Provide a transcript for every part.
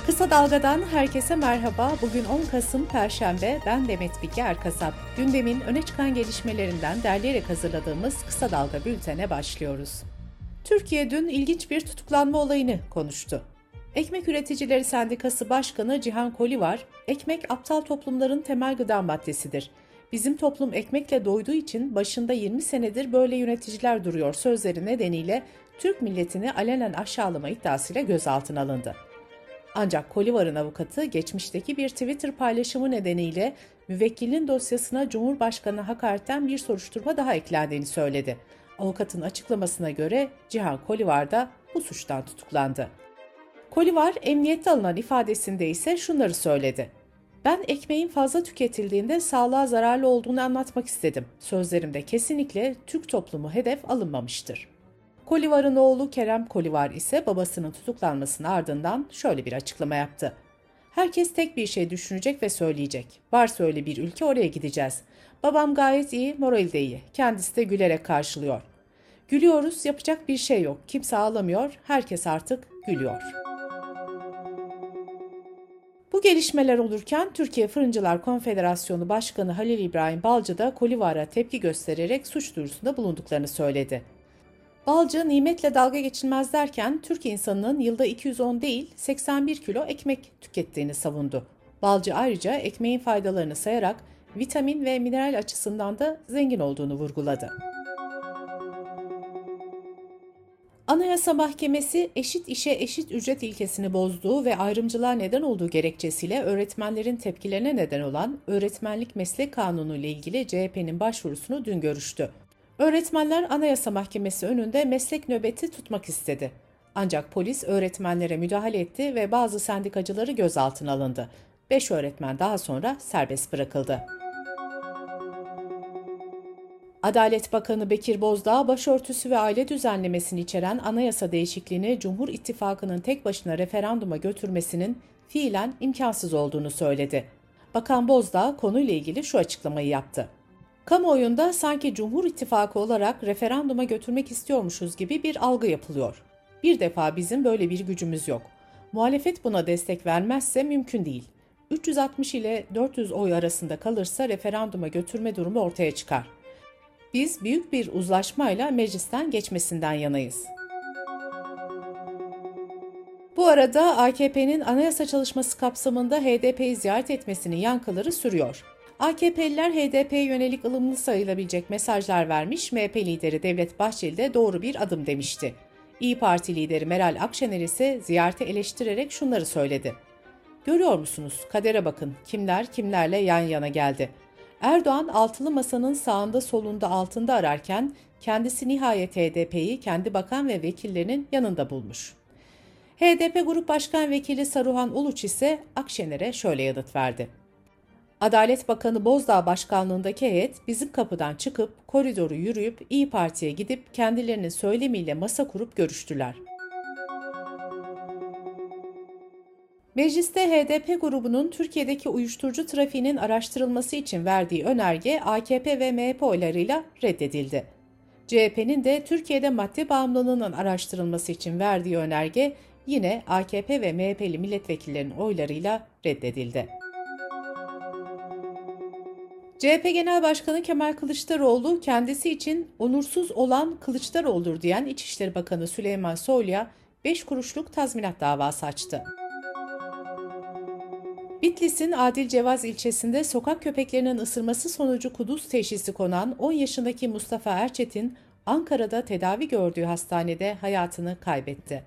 Kısa Dalga'dan herkese merhaba. Bugün 10 Kasım Perşembe. Ben Demet Bilge Erkasap. Gündemin öne çıkan gelişmelerinden derleyerek hazırladığımız Kısa Dalga bültene başlıyoruz. Türkiye dün ilginç bir tutuklanma olayını konuştu. Ekmek Üreticileri Sendikası Başkanı Cihan Kolivar, "Ekmek aptal toplumların temel gıda maddesidir. Bizim toplum ekmekle doyduğu için başında 20 senedir böyle yöneticiler duruyor" sözleri nedeniyle Türk milletini alenen aşağılama iddiasıyla gözaltına alındı. Ancak Kolivar'ın avukatı geçmişteki bir Twitter paylaşımı nedeniyle müvekkilin dosyasına Cumhurbaşkanı hakaretten bir soruşturma daha eklendiğini söyledi. Avukatın açıklamasına göre Cihan Kolivar da bu suçtan tutuklandı. Kolivar emniyette alınan ifadesinde ise şunları söyledi. "Ben ekmeğin fazla tüketildiğinde sağlığa zararlı olduğunu anlatmak istedim. Sözlerimde kesinlikle Türk toplumu hedef alınmamıştır." Kolivar'ın oğlu Kerem Kolivar ise babasının tutuklanmasının ardından şöyle bir açıklama yaptı. "Herkes tek bir şey düşünecek ve söyleyecek. Varsa öyle bir ülke oraya gideceğiz. Babam gayet iyi, morali de iyi. Kendisi de gülerek karşılıyor. Gülüyoruz, yapacak bir şey yok. Kimse ağlamıyor, herkes artık gülüyor." Bu gelişmeler olurken Türkiye Fırıncılar Konfederasyonu Başkanı Halil İbrahim Balcı da Kolivar'a tepki göstererek suç duyurusunda bulunduklarını söyledi. Balcı nimetle dalga geçilmez derken Türk insanının yılda 210 değil 81 kilo ekmek tükettiğini savundu. Balcı ayrıca ekmeğin faydalarını sayarak vitamin ve mineral açısından da zengin olduğunu vurguladı. Anayasa Mahkemesi eşit işe eşit ücret ilkesini bozduğu ve ayrımcılığa neden olduğu gerekçesiyle öğretmenlerin tepkilerine neden olan Öğretmenlik Meslek Kanunu ile ilgili CHP'nin başvurusunu dün görüştü. Öğretmenler Anayasa Mahkemesi önünde meslek nöbeti tutmak istedi. Ancak polis öğretmenlere müdahale etti ve bazı sendikacıları gözaltına alındı. 5 öğretmen daha sonra serbest bırakıldı. Adalet Bakanı Bekir Bozdağ, başörtüsü ve aile düzenlemesini içeren anayasa değişikliğini Cumhur İttifakı'nın tek başına referanduma götürmesinin fiilen imkansız olduğunu söyledi. Bakan Bozdağ konuyla ilgili şu açıklamayı yaptı. "Kamuoyunda sanki Cumhur İttifakı olarak referanduma götürmek istiyormuşuz gibi bir algı yapılıyor. Bir defa bizim böyle bir gücümüz yok. Muhalefet buna destek vermezse mümkün değil. 360 ile 400 oy arasında kalırsa referanduma götürme durumu ortaya çıkar. Biz büyük bir uzlaşmayla meclisten geçmesinden yanayız." Bu arada AKP'nin anayasa çalışması kapsamında HDP'yi ziyaret etmesinin yankıları sürüyor. AKP'liler HDP'ye yönelik ılımlı sayılabilecek mesajlar vermiş, MHP lideri Devlet Bahçeli de doğru bir adım demişti. İYİ Parti lideri Meral Akşener ise ziyareti eleştirerek şunları söyledi. "Görüyor musunuz? Kadere bakın. Kimler kimlerle yan yana geldi. Erdoğan altılı masanın sağında solunda altında ararken kendisi nihayet HDP'yi kendi bakan ve vekillerinin yanında bulmuş." HDP Grup Başkan Vekili Saruhan Uluç ise Akşener'e şöyle yanıt verdi. "Adalet Bakanı Bozdağ başkanlığındaki heyet bizim kapıdan çıkıp koridoru yürüyüp İYİ Parti'ye gidip kendilerinin söylemiyle masa kurup görüştüler." Mecliste HDP grubunun Türkiye'deki uyuşturucu trafiğinin araştırılması için verdiği önerge AKP ve MHP oylarıyla reddedildi. CHP'nin de Türkiye'de madde bağımlılığının araştırılması için verdiği önerge yine AKP ve MHP'li milletvekillerinin oylarıyla reddedildi. CHP Genel Başkanı Kemal Kılıçdaroğlu kendisi için onursuz olan Kılıçdaroğlu'dur diyen İçişleri Bakanı Süleyman Soylu'ya 5 kuruşluk tazminat davası açtı. Bitlis'in Adil Cevaz ilçesinde sokak köpeklerinin ısırması sonucu kuduz teşhisi konan 10 yaşındaki Mustafa Erçetin, Ankara'da tedavi gördüğü hastanede hayatını kaybetti.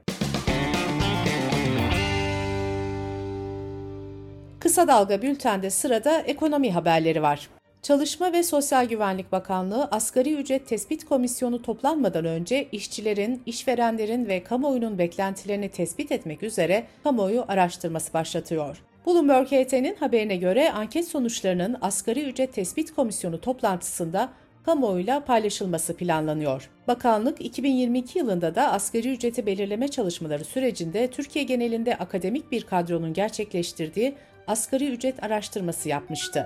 Kısa Dalga Bülten'de sırada ekonomi haberleri var. Çalışma ve Sosyal Güvenlik Bakanlığı Asgari Ücret Tespit Komisyonu toplanmadan önce işçilerin, işverenlerin ve kamuoyunun beklentilerini tespit etmek üzere kamuoyu araştırması başlatıyor. Bloomberg HT'nin haberine göre anket sonuçlarının Asgari Ücret Tespit Komisyonu toplantısında kamuoyuyla paylaşılması planlanıyor. Bakanlık 2022 yılında da asgari ücreti belirleme çalışmaları sürecinde Türkiye genelinde akademik bir kadronun gerçekleştirdiği asgari ücret araştırması yapmıştı.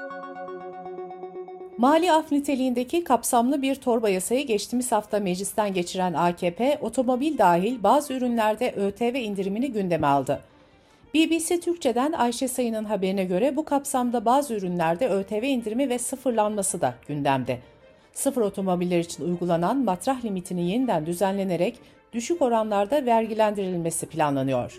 Mali af niteliğindeki kapsamlı bir torba yasayı geçtiğimiz hafta meclisten geçiren AKP, otomobil dahil bazı ürünlerde ÖTV indirimini gündeme aldı. BBC Türkçe'den Ayşe Sayın'ın haberine göre bu kapsamda bazı ürünlerde ÖTV indirimi ve sıfırlanması da gündemde. Sıfır otomobiller için uygulanan matrah limitinin yeniden düzenlenerek düşük oranlarda vergilendirilmesi planlanıyor.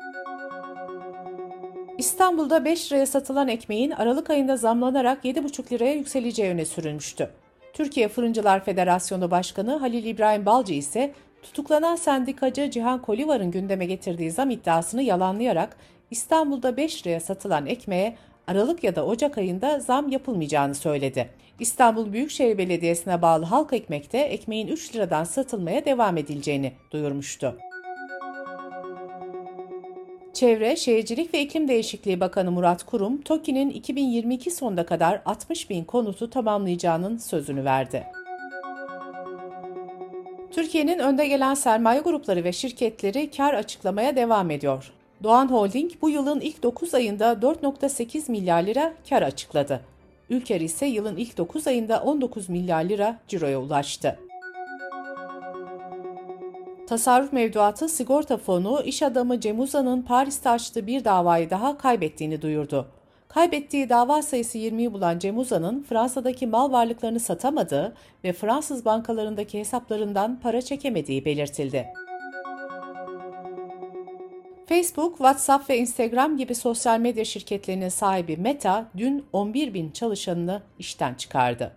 İstanbul'da 5 liraya satılan ekmeğin Aralık ayında zamlanarak 7,5 liraya yükseleceği öne sürülmüştü. Türkiye Fırıncılar Federasyonu Başkanı Halil İbrahim Balcı ise tutuklanan sendikacı Cihan Kolivar'ın gündeme getirdiği zam iddiasını yalanlayarak İstanbul'da 5 liraya satılan ekmeğe Aralık ya da Ocak ayında zam yapılmayacağını söyledi. İstanbul Büyükşehir Belediyesi'ne bağlı Halk Ekmek'te ekmeğin 3 liradan satılmaya devam edileceğini duyurmuştu. Çevre, Şehircilik ve İklim Değişikliği Bakanı Murat Kurum, TOKİ'nin 2022 sonuna kadar 60.000 konutu tamamlayacağının sözünü verdi. Türkiye'nin önde gelen sermaye grupları ve şirketleri kar açıklamaya devam ediyor. Doğan Holding bu yılın ilk 9 ayında 4,8 milyar lira kar açıkladı. Ülker ise yılın ilk 9 ayında 19 milyar lira ciroya ulaştı. Tasarruf Mevduatı Sigorta Fonu, iş adamı Cem Uzan'ın Paris'te açtığı bir davayı daha kaybettiğini duyurdu. Kaybettiği dava sayısı 20'yi bulan Cem Uzan'ın Fransa'daki mal varlıklarını satamadığı ve Fransız bankalarındaki hesaplarından para çekemediği belirtildi. Facebook, WhatsApp ve Instagram gibi sosyal medya şirketlerinin sahibi Meta, dün 11.000 çalışanını işten çıkardı.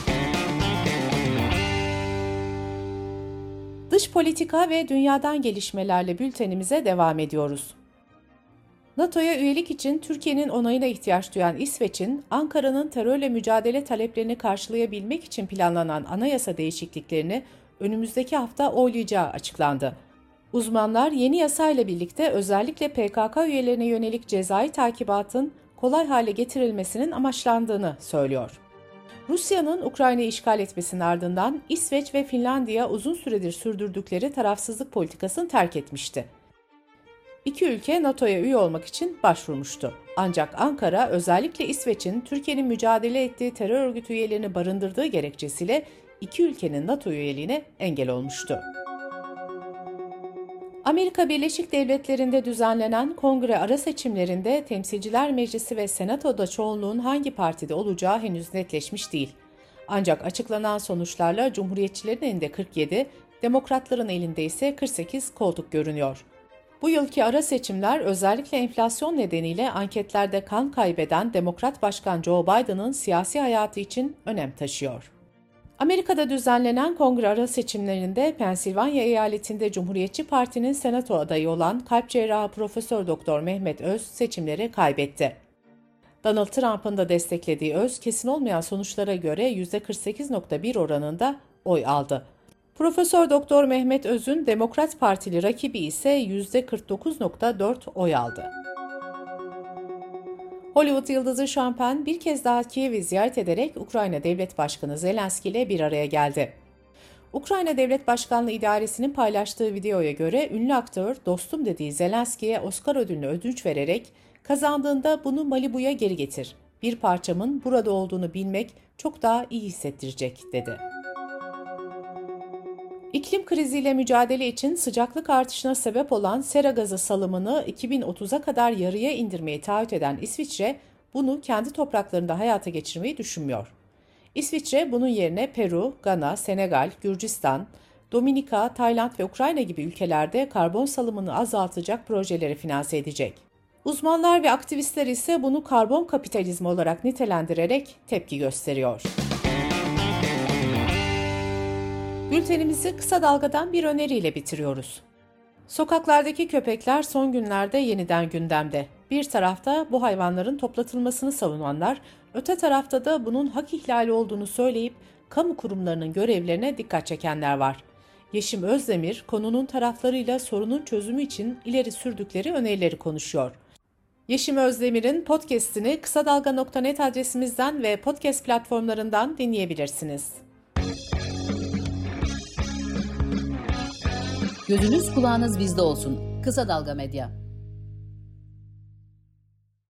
Dış politika ve dünyadan gelişmelerle bültenimize devam ediyoruz. NATO'ya üyelik için Türkiye'nin onayına ihtiyaç duyan İsveç'in, Ankara'nın terörle mücadele taleplerini karşılayabilmek için planlanan anayasa değişikliklerini önümüzdeki hafta oylayacağı açıklandı. Uzmanlar yeni yasayla birlikte özellikle PKK üyelerine yönelik cezai takibatın kolay hale getirilmesinin amaçlandığını söylüyor. Rusya'nın Ukrayna'yı işgal etmesinin ardından İsveç ve Finlandiya uzun süredir sürdürdükleri tarafsızlık politikasını terk etmişti. İki ülke NATO'ya üye olmak için başvurmuştu. Ancak Ankara özellikle İsveç'in Türkiye'nin mücadele ettiği terör örgütü üyelerini barındırdığı gerekçesiyle iki ülkenin NATO üyeliğine engel olmuştu. Amerika Birleşik Devletleri'nde düzenlenen kongre ara seçimlerinde Temsilciler Meclisi ve Senato'da çoğunluğun hangi partide olacağı henüz netleşmiş değil. Ancak açıklanan sonuçlarla Cumhuriyetçilerin elinde 47, Demokratların elinde ise 48 koltuk görünüyor. Bu yılki ara seçimler özellikle enflasyon nedeniyle anketlerde kan kaybeden Demokrat Başkan Joe Biden'ın siyasi hayatı için önem taşıyor. Amerika'da düzenlenen kongre ara seçimlerinde Pensilvanya eyaletinde Cumhuriyetçi Parti'nin senato adayı olan kalp cerrahı Profesör Doktor Mehmet Öz seçimleri kaybetti. Donald Trump'ın da desteklediği Öz, kesin olmayan sonuçlara göre %48,1 oranında oy aldı. Profesör Doktor Mehmet Öz'ün Demokrat Partili rakibi ise %49,4 oy aldı. Hollywood yıldızı Sean Penn bir kez daha Kiev'i ziyaret ederek Ukrayna Devlet Başkanı Zelenski ile bir araya geldi. Ukrayna Devlet Başkanlığı İdaresi'nin paylaştığı videoya göre ünlü aktör dostum dediği Zelenski'ye Oscar ödülünü ödünç vererek kazandığında bunu Malibu'ya geri getir. Bir parçamın burada olduğunu bilmek çok daha iyi hissettirecek dedi. İklim kriziyle mücadele için sıcaklık artışına sebep olan sera gazı salımını 2030'a kadar yarıya indirmeyi taahhüt eden İsviçre, bunu kendi topraklarında hayata geçirmeyi düşünmüyor. İsviçre bunun yerine Peru, Gana, Senegal, Gürcistan, Dominika, Tayland ve Ukrayna gibi ülkelerde karbon salımını azaltacak projeleri finanse edecek. Uzmanlar ve aktivistler ise bunu karbon kapitalizmi olarak nitelendirerek tepki gösteriyor. Bültenimizi kısa dalgadan bir öneriyle bitiriyoruz. Sokaklardaki köpekler son günlerde yeniden gündemde. Bir tarafta bu hayvanların toplatılmasını savunanlar, öte tarafta da bunun hak ihlali olduğunu söyleyip kamu kurumlarının görevlerine dikkat çekenler var. Yeşim Özdemir, konunun taraflarıyla sorunun çözümü için ileri sürdükleri önerileri konuşuyor. Yeşim Özdemir'in podcast'ini kısadalga.net adresimizden ve podcast platformlarından dinleyebilirsiniz. Gözünüz kulağınız bizde olsun. Kısa Dalga Medya.